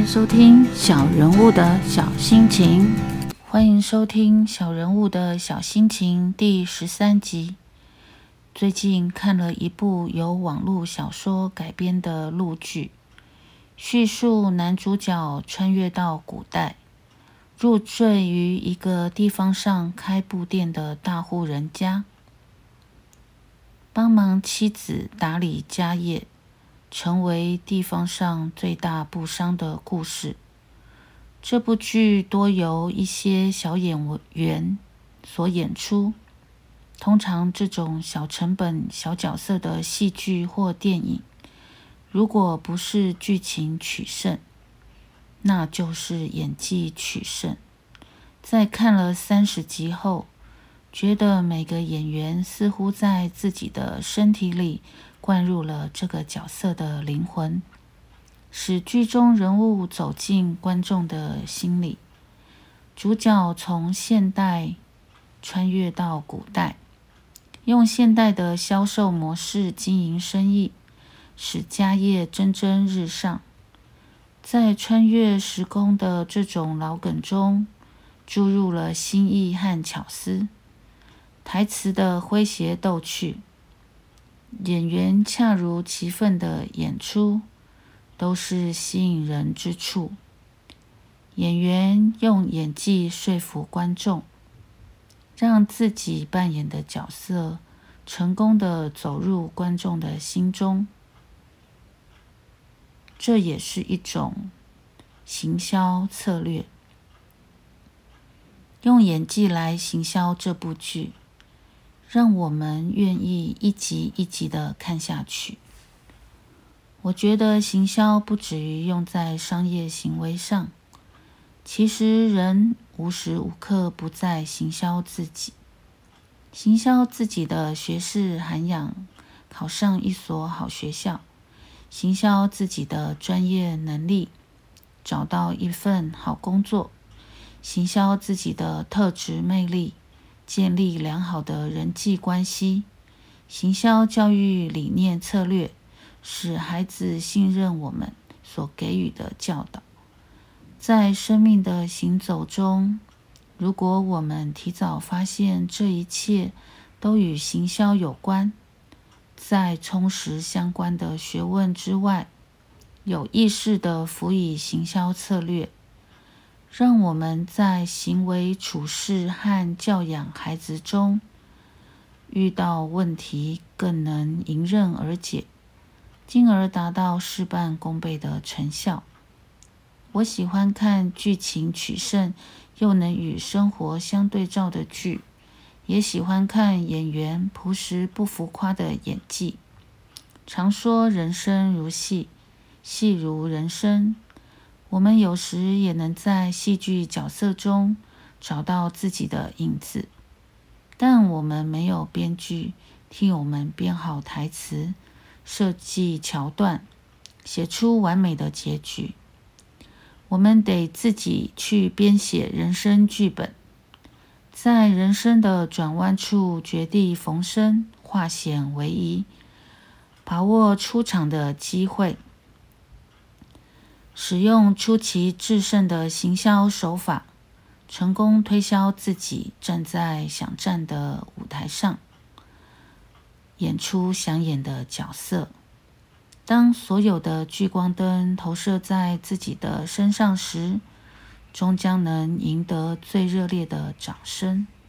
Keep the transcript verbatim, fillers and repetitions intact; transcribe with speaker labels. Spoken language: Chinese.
Speaker 1: 收听小人物的小心情，欢迎收听小人物的小心情第十三集。最近看了一部由网络小说改编的陆剧，叙述男主角穿越到古代，入赘于一个地方上开布店的大户人家，帮忙妻子打理家业，成为地方上最大布商的故事。这部剧多由一些小演员所演出，通常这种小成本小角色的戏剧或电影，如果不是剧情取胜，那就是演技取胜。在看了三十集后，觉得每个演员似乎在自己的身体里灌入了这个角色的灵魂，使剧中人物走进观众的心里。主角从现代穿越到古代，用现代的销售模式经营生意，使家业蒸蒸日上。在穿越时空的这种老梗中，注入了新意和巧思，台词的诙谐逗趣，演员恰如其分的演出，都是吸引人之处。演员用演技说服观众，让自己扮演的角色成功地走入观众的心中。这也是一种行销策略，用演技来行销这部剧，让我们愿意一集一集的看下去。我觉得行销不止于用在商业行为上，其实人无时无刻不在行销自己，行销自己的学识涵养，考上一所好学校，行销自己的专业能力，找到一份好工作，行销自己的特质魅力，建立良好的人际关系，行销教育理念策略，使孩子信任我们所给予的教导。在生命的行走中，如果我们提早发现这一切都与行销有关，在充实相关的学问之外，有意识地辅以行销策略，让我们在行为处事和教养孩子中，遇到问题更能迎刃而解，进而达到事半功倍的成效。我喜欢看剧情取胜又能与生活相对照的剧，也喜欢看演员朴实不浮夸的演技。常说人生如戏，戏如人生，我们有时也能在戏剧角色中找到自己的影子，但我们没有编剧替我们编好台词，设计桥段，写出完美的结局。我们得自己去编写人生剧本，在人生的转弯处绝地逢生，化险为夷，把握出场的机会，使用出奇制胜的行销手法，成功推销自己，站在想站的舞台上，演出想演的角色。当所有的聚光灯投射在自己的身上时，终将能赢得最热烈的掌声。